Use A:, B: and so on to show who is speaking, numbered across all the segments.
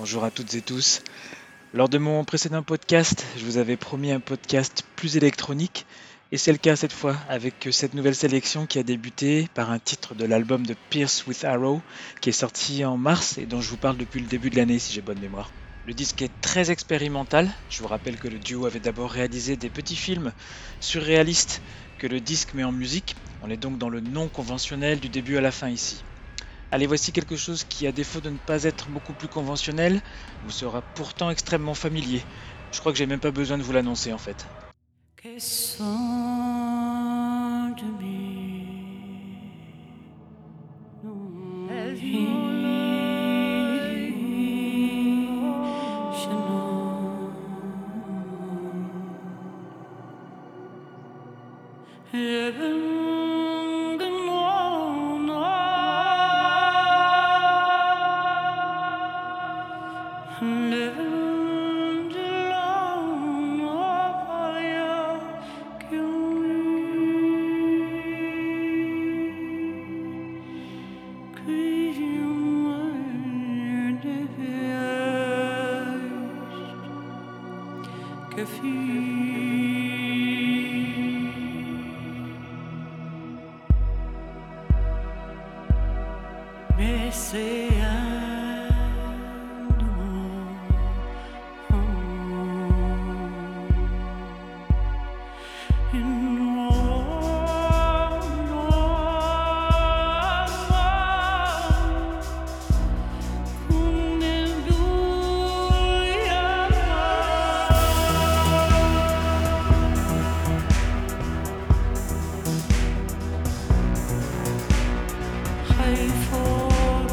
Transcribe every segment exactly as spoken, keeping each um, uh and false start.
A: Bonjour à toutes et tous. Lors de mon précédent podcast, je vous avais promis un podcast plus électronique, et c'est le cas cette fois avec cette nouvelle sélection qui a débuté par un titre de l'album de Pierce with Arrow qui est sorti en mars et dont je vous parle depuis le début de l'année si j'ai bonne mémoire. Le disque est très expérimental. Je vous rappelle que le duo avait d'abord réalisé des petits films surréalistes que le disque met en musique. On est donc dans le non conventionnel du début à la fin ici. Allez, voici quelque chose qui, à défaut de ne pas être beaucoup plus conventionnel, vous sera pourtant extrêmement familier. Je crois que j'ai même pas besoin de vous l'annoncer en fait.
B: Qu'est-ce de lui? La vie, je n'en- Je veux que non, non. Le vent de l'homme ailleurs que lui. Cueille-moi des feuilles que fut. Mais c'est un une noire, noire, noire, une douille à High for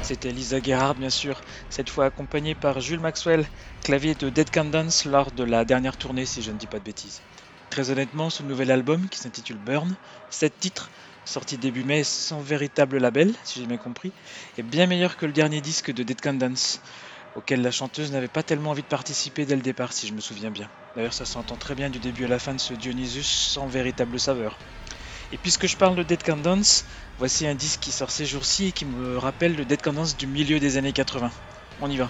A: C'était Lisa Gerhardt, bien sûr, cette fois accompagnée par Jules Maxwell, clavier de Dead Can Dance lors de la dernière tournée, si je ne dis pas de bêtises. Très honnêtement, ce nouvel album, qui s'intitule Burn, sept titres, sorti début mai sans véritable label, si j'ai bien compris, est bien meilleur que le dernier disque de Dead Can Dance, auquel la chanteuse n'avait pas tellement envie de participer dès le départ, si je me souviens bien. D'ailleurs, ça s'entend très bien du début à la fin de ce Dionysus sans véritable saveur. Et puisque je parle de Dead Can Dance, voici un disque qui sort ces jours-ci et qui me rappelle le Dead Can Dance du milieu des années quatre-vingts. On y va.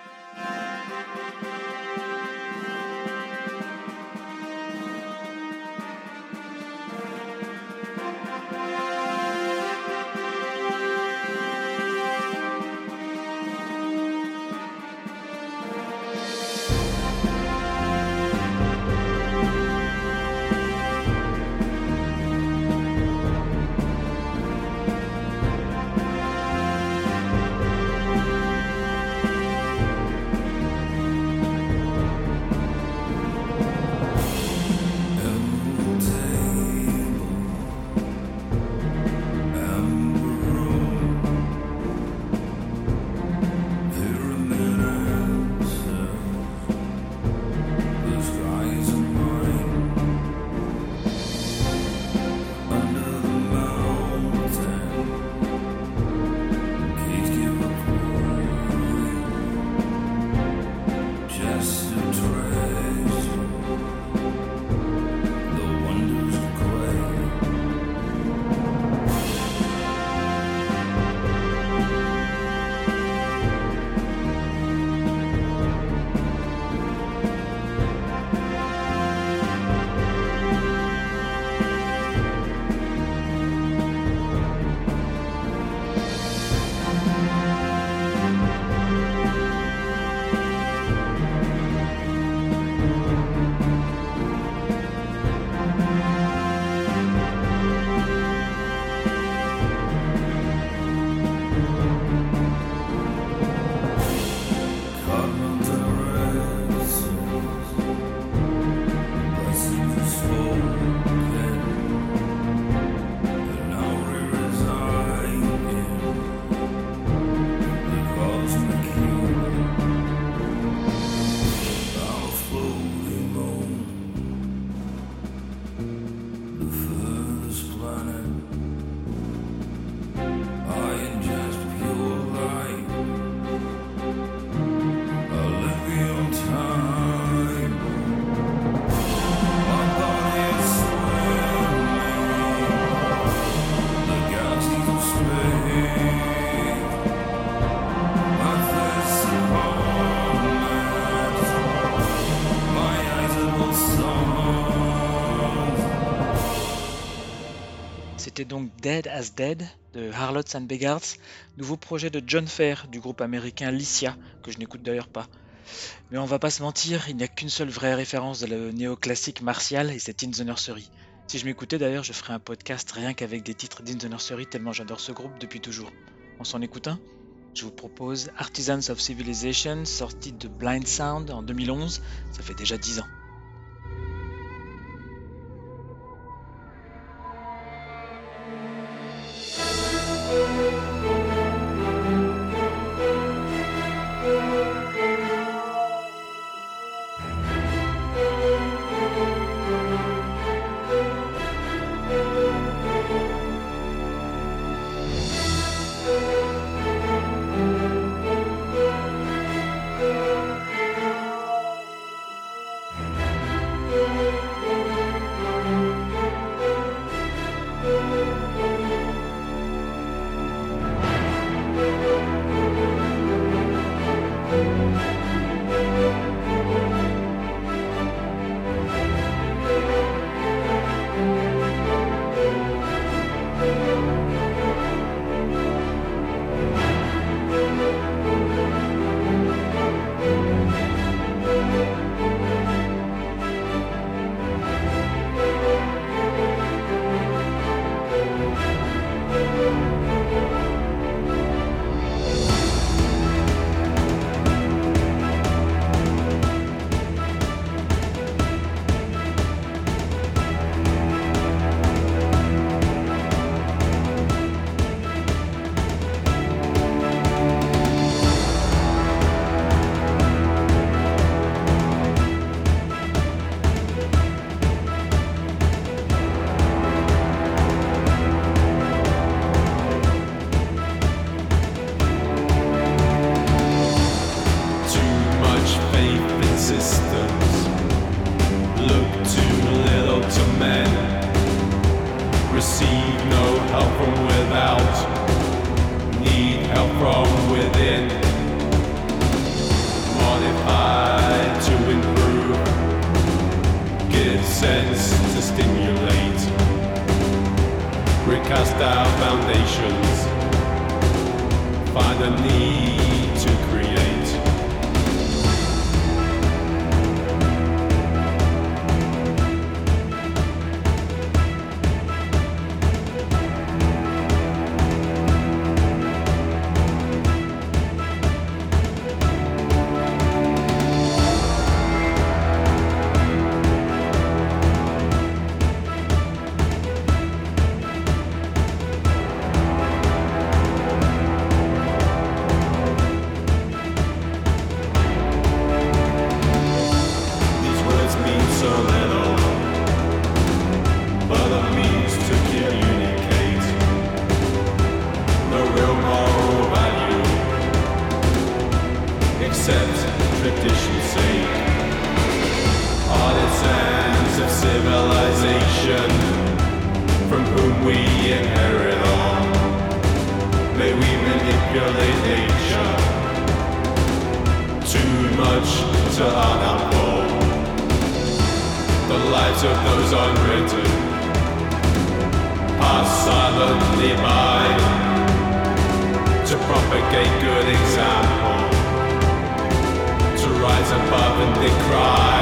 A: C'était donc Dead as Dead de Harlots and Beggars, nouveau projet de John Fair du groupe américain Lycia, que je n'écoute d'ailleurs pas. Mais on va pas se mentir, il n'y a qu'une seule vraie référence de le néoclassique martial et c'est In the Nursery. Si je m'écoutais d'ailleurs, je ferais un podcast rien qu'avec des titres d'In the Nursery tellement j'adore ce groupe depuis toujours. On s'en écoute un ? Je vous propose Artisans of Civilization, sorti de Blind Sound en deux mille onze, ça fait déjà dix ans.
C: from within. Modify to improve. Give sense to stimulate. Recast our foundations. Find a need to create. These words mean so little, but a means to communicate. No real moral value, except tradition's sake. Artisans of civilization, from whom we inherit all. May we manipulate nature, too much to unfold. The lives of those unwritten pass silently by, to propagate good example, to rise above and decry.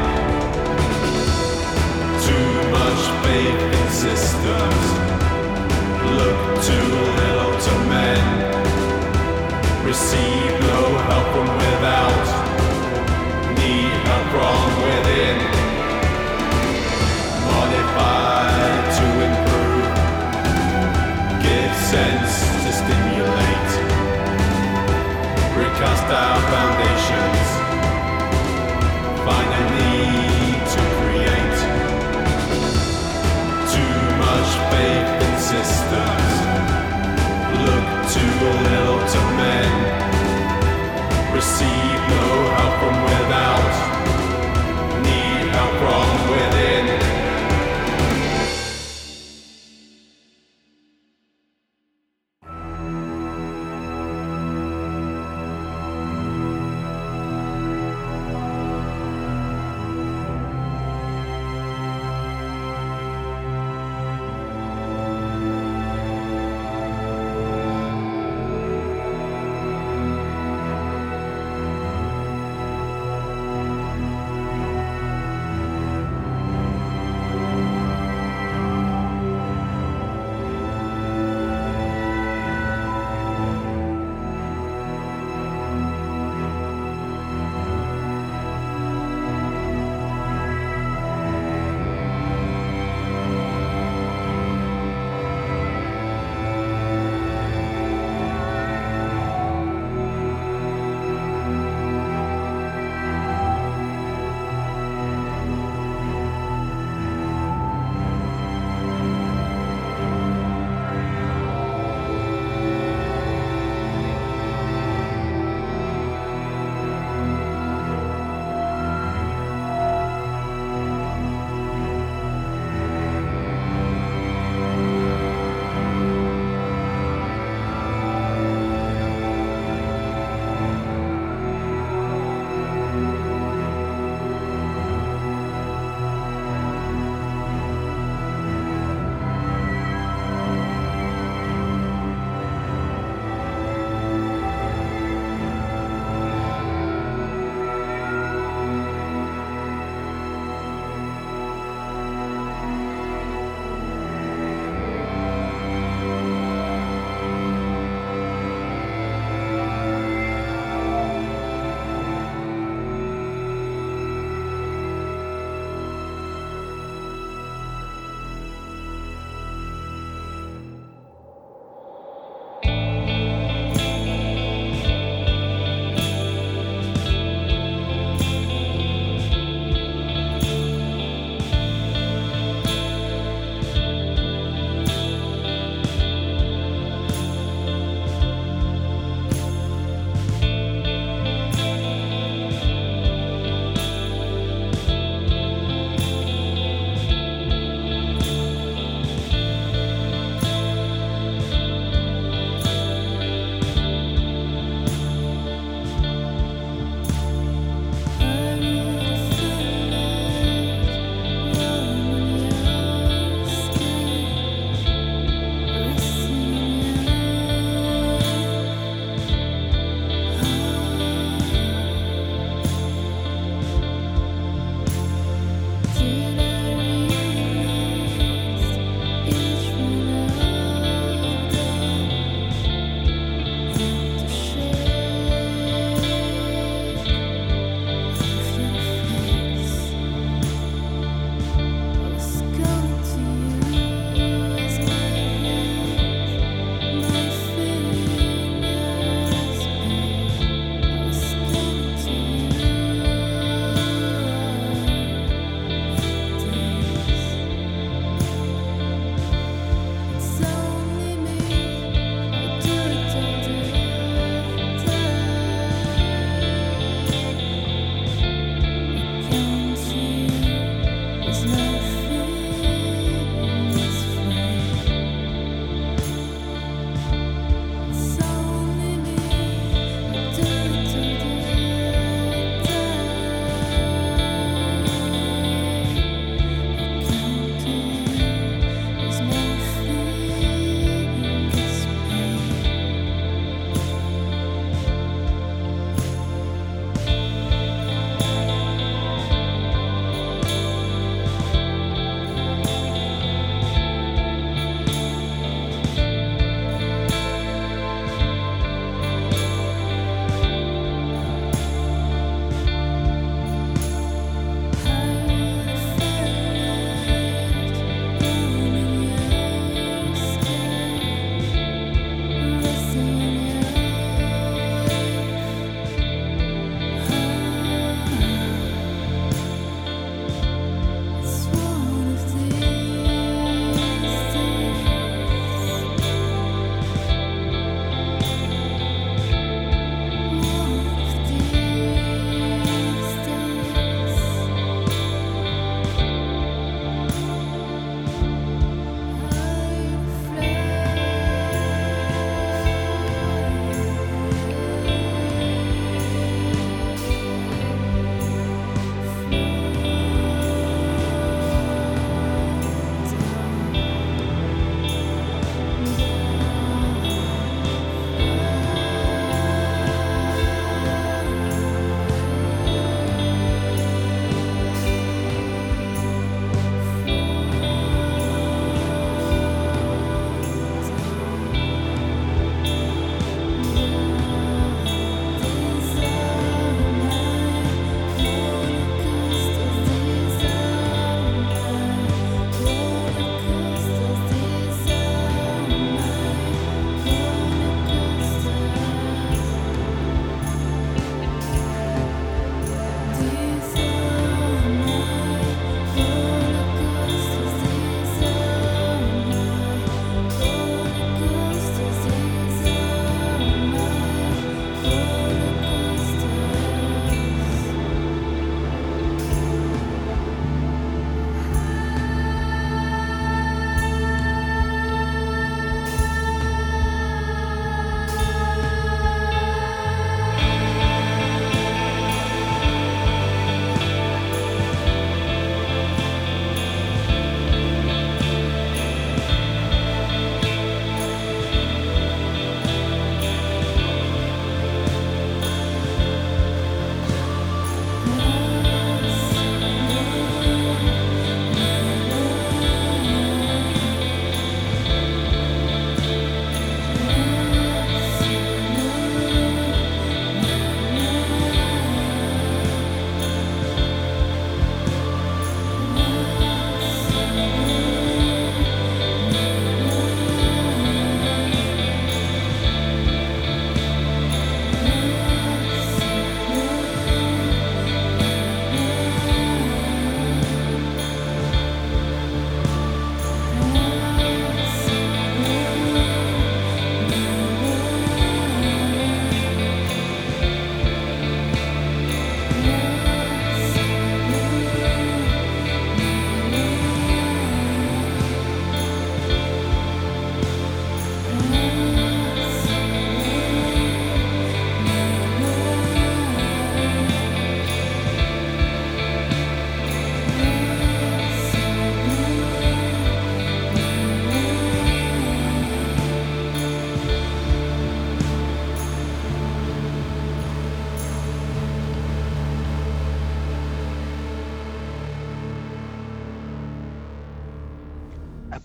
C: Too much faith in systems, look too little to men, receive no help from without, need help from within. Modify to improve, give sense to stimulate. Recast our foundations, find a need to create. Too much faith in systems, look too little to men, receive no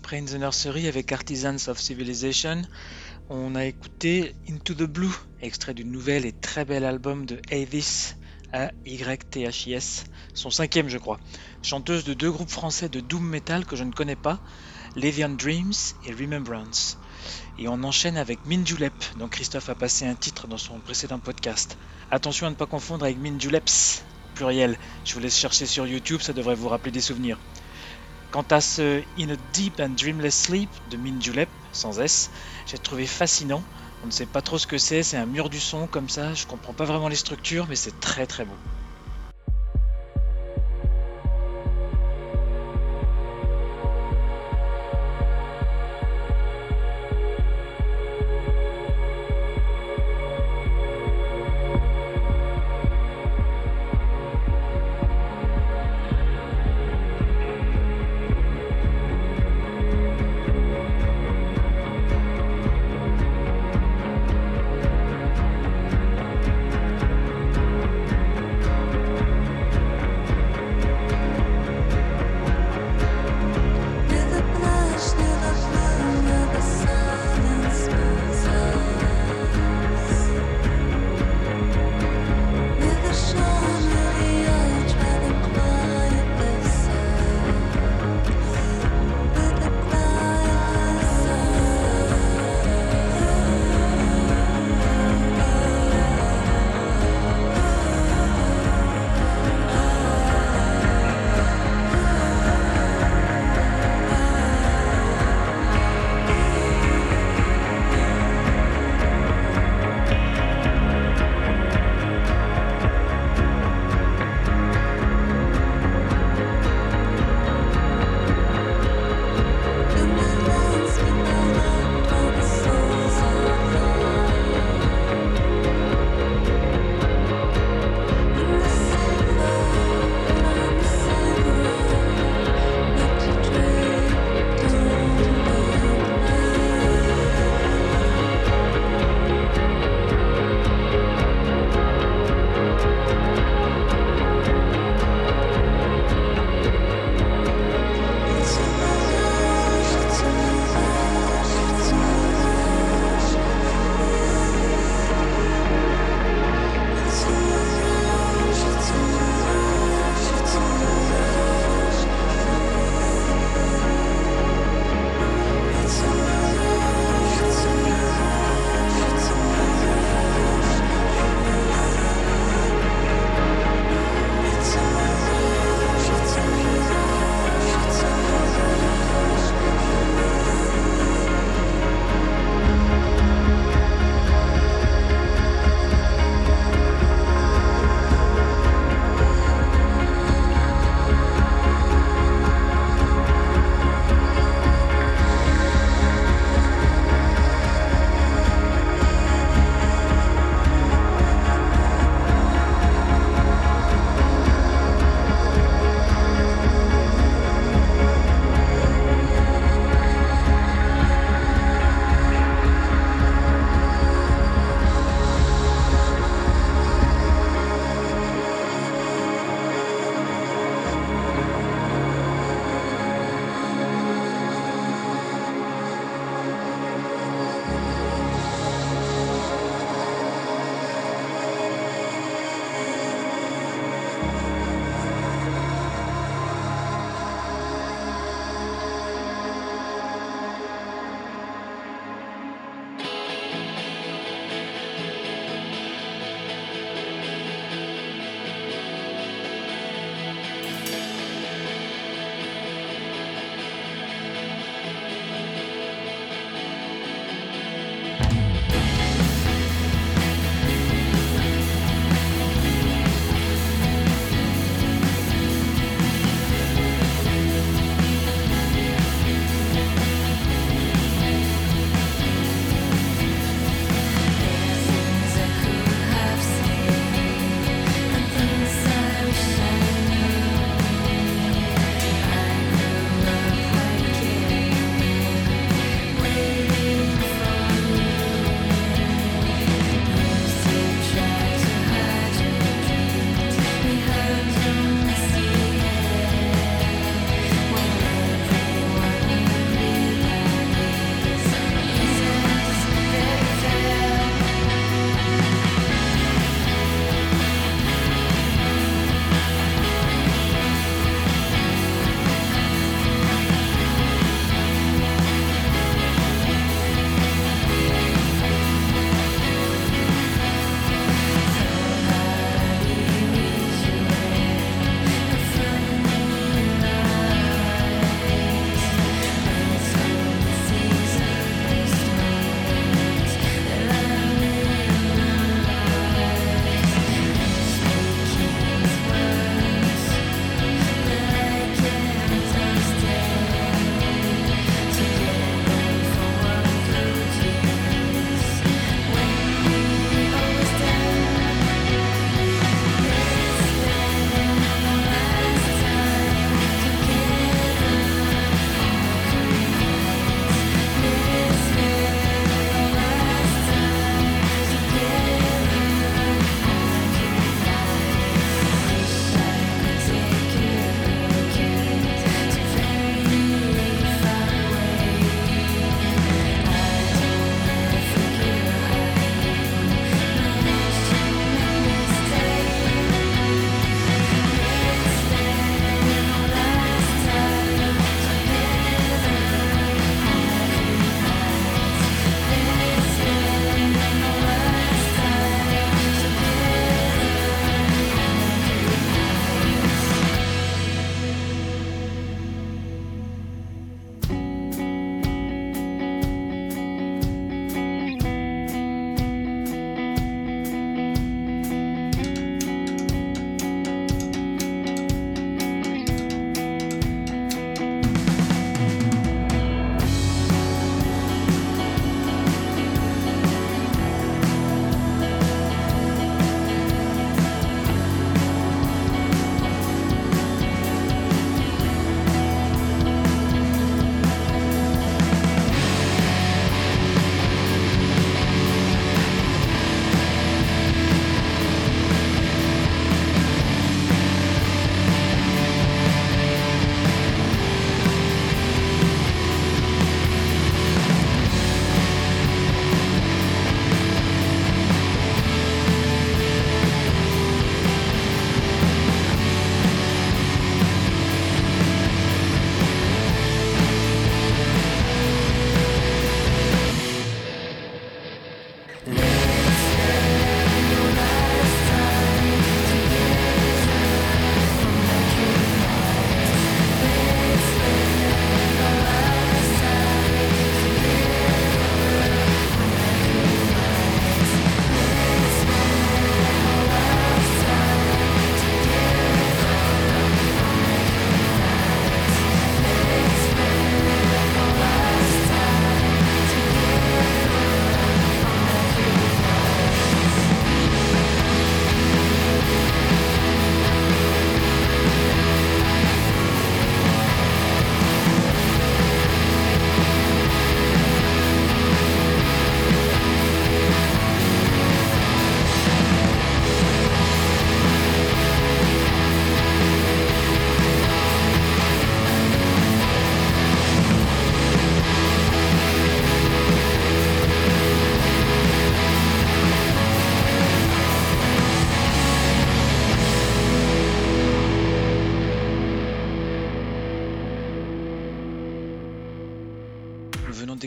A: après In the Nursery avec Artisans of Civilization, on a écouté Into the Blue, extrait du nouvel et très bel album de Athis, A Y T H I S, son cinquième je crois, chanteuse de deux groupes français de doom metal que je ne connais pas, Levian Dreams et Remembrance. Et on enchaîne avec Minjulep, dont Christophe a passé un titre dans son précédent podcast. Attention à ne pas confondre avec Minjuleps, au pluriel, je vous laisse chercher sur YouTube, ça devrait vous rappeler des souvenirs. Quant à ce In a Deep and Dreamless Sleep de Minjulep, sans S, j'ai trouvé fascinant. On ne sait pas trop ce que c'est, c'est un mur du son comme ça, je comprends pas vraiment les structures, mais c'est très très beau.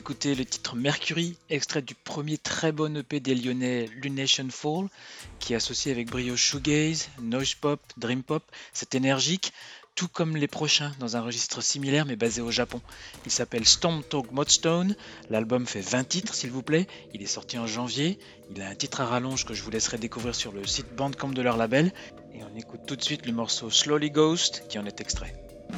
A: d'écouter le titre Mercury, extrait du premier très bon E P des Lyonnais Lunation Fall, qui est associé avec brio shoegaze, noise pop, dream pop. C'est énergique, tout comme les prochains dans un registre similaire mais basé au Japon. Il s'appelle Storm Talk Modstone, l'album fait vingt titres s'il vous plaît, il est sorti en janvier, il a un titre à rallonge que je vous laisserai découvrir sur le site Bandcamp de leur label, et on écoute tout de suite le morceau Slowly Ghost qui en est extrait.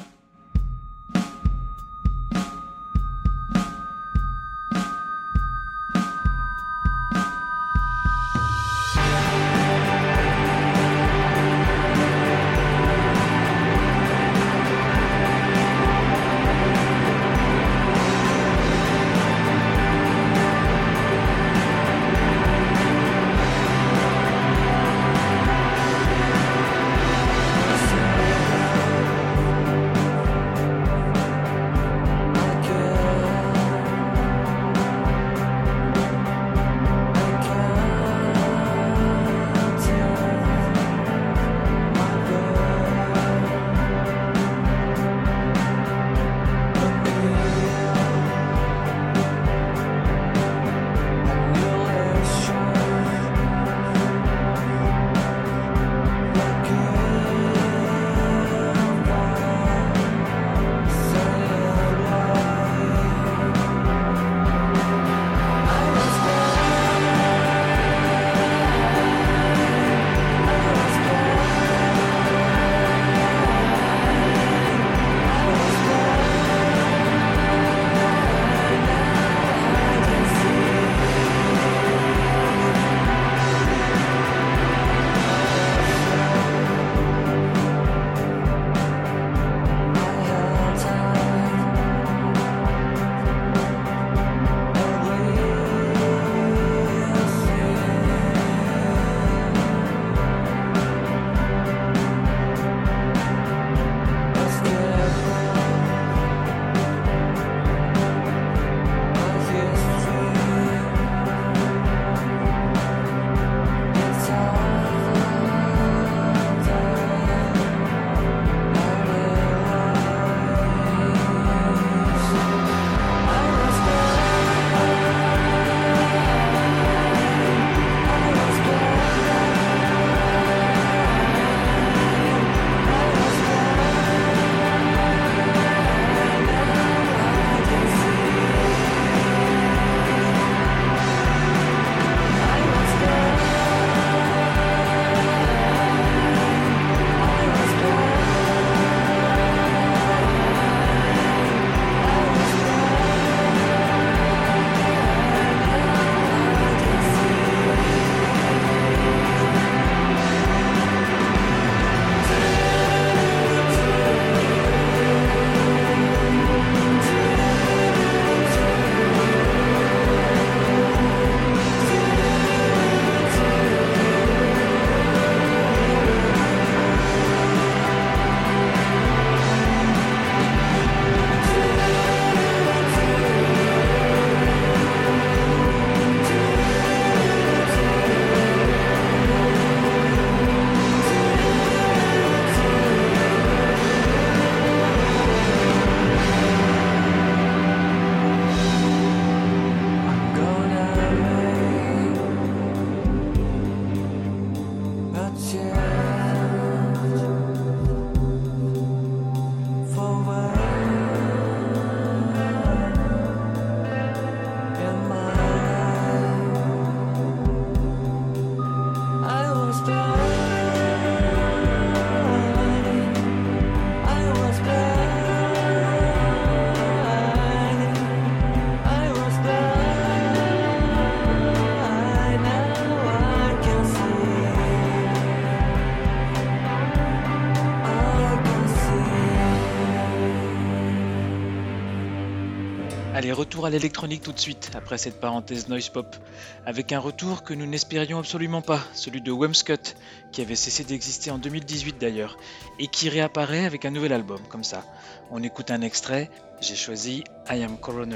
A: Allez, retour à l'électronique tout de suite, après cette parenthèse noise pop, avec un retour que nous n'espérions absolument pas, celui de Wemscott, qui avait cessé d'exister en deux mille dix-huit d'ailleurs, et qui réapparaît avec un nouvel album, comme ça. On écoute un extrait, j'ai choisi I Am Coroner.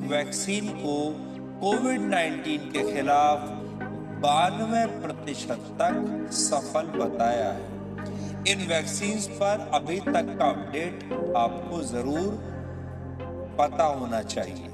D: वैक्सीन को कोविड नाइन्टीन के खिलाफ बानवे प्रतिशत तक सफल बताया है। इन वैक्सीन पर अभी तक का अपडेट आपको जरूर पता होना चाहिए।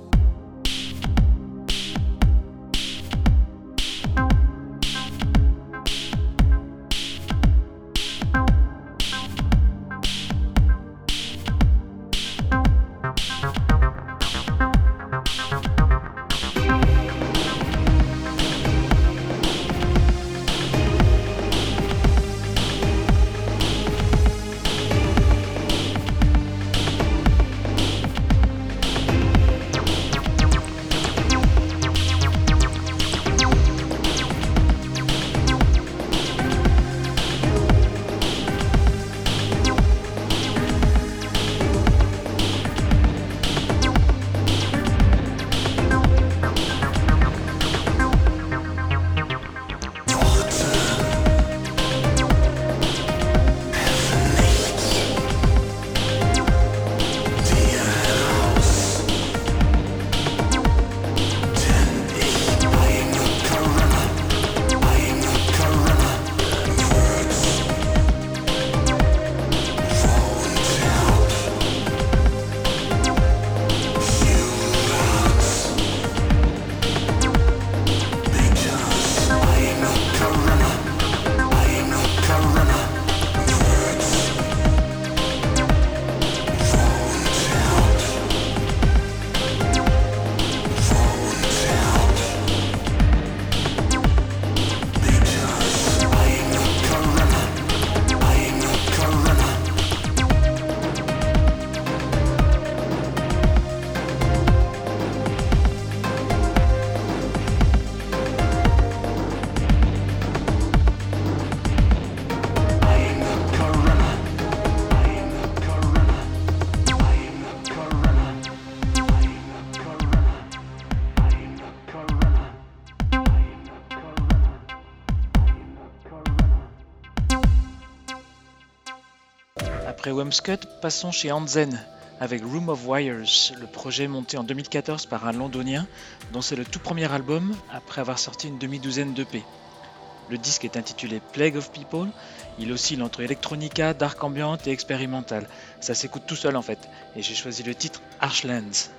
A: Après Wamscut, passons chez Anzen avec Room of Wires, le projet monté en deux mille quatorze par un londonien dont c'est le tout premier album après avoir sorti une demi-douzaine d'E P. Le disque est intitulé Plague of People, il oscille entre electronica, dark ambient et expérimental. Ça s'écoute tout seul en fait, et j'ai choisi le titre Archlands.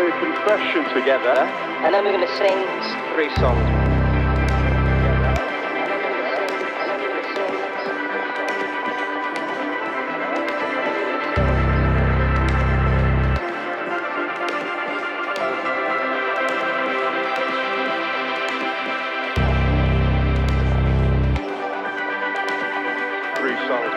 E: a confession together.
F: And then we're going to sing
E: Three songs. Three songs.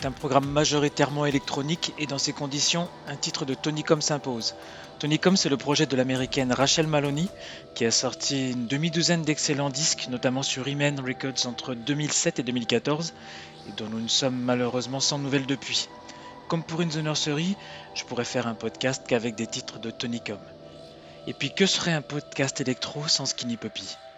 A: un programme majoritairement électronique et dans ces conditions, un titre de Tonicom s'impose. Tonicom, c'est le projet de l'américaine Rachel Maloney qui a sorti une demi-douzaine d'excellents disques, notamment sur Iman Records entre deux mille sept et deux mille quatorze, et dont nous ne sommes malheureusement sans nouvelles depuis. Comme pour In The Nursery, je pourrais faire un podcast qu'avec des titres de Tonicom. Et puis que serait un podcast électro sans Skinny Puppy, hein ?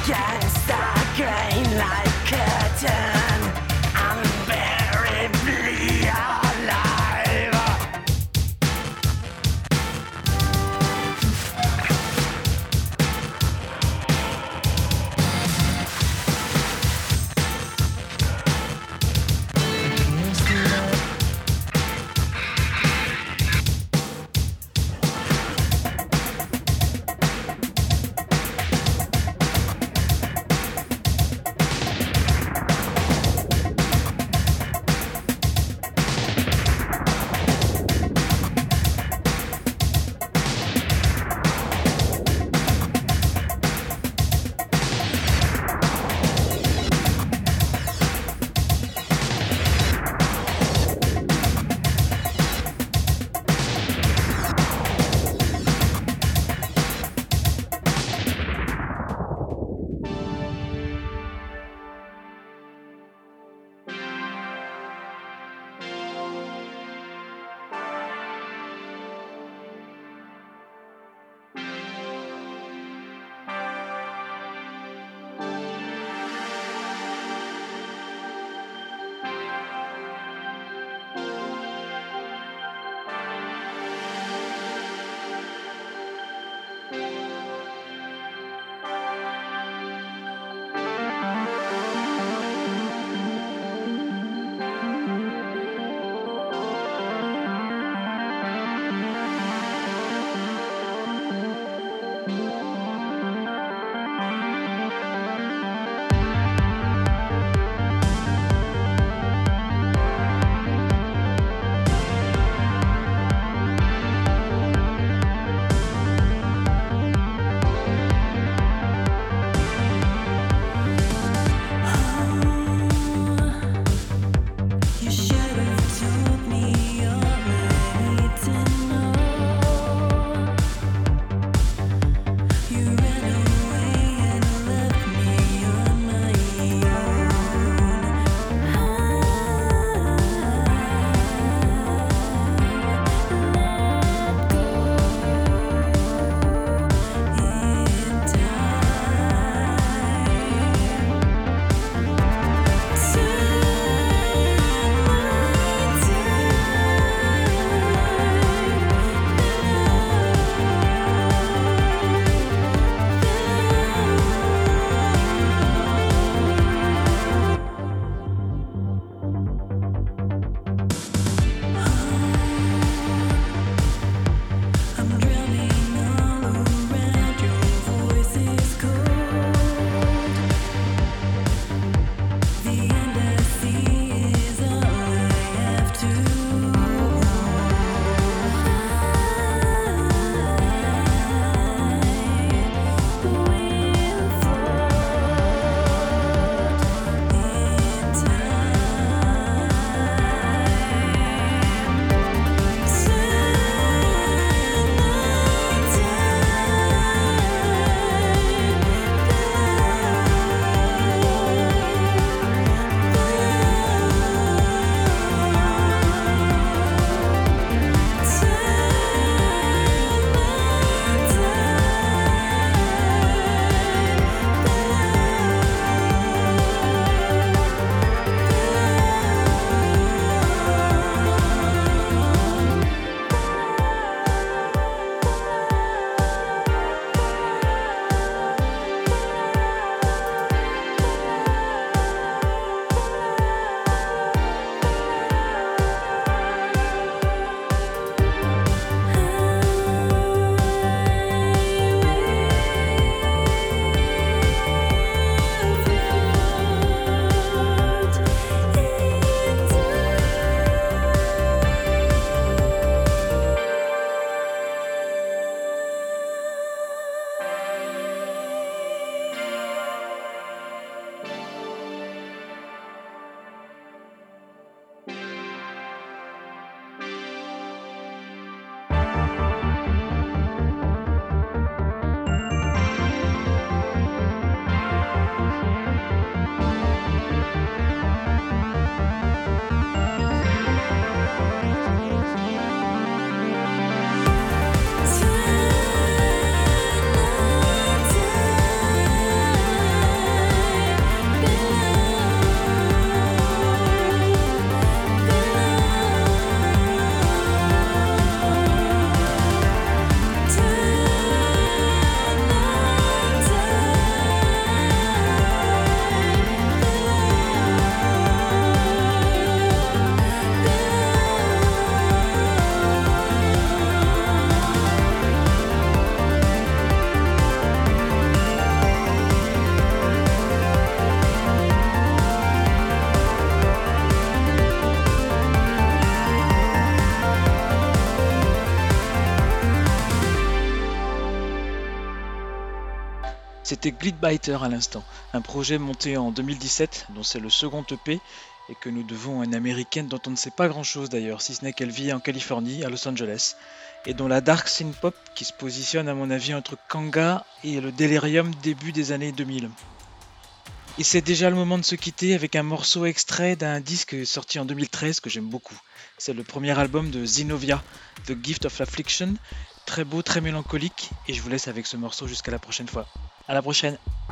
B: gangster grain like curtain, unbearably alive.
A: C'était Gliedbiter à l'instant, un projet monté en deux mille dix-sept dont c'est le second E P et que nous devons à une américaine dont on ne sait pas grand chose d'ailleurs, si ce n'est qu'elle vit en Californie, à Los Angeles, et dont la dark synth-pop qui se positionne à mon avis entre Kanga et le Delirium début des années deux mille. Et c'est déjà le moment de se quitter avec un morceau extrait d'un disque sorti en deux mille treize que j'aime beaucoup. C'est le premier album de Zinovia, The Gift of Affliction, très beau, très mélancolique, et je vous laisse avec ce morceau jusqu'à la prochaine fois. À la prochaine!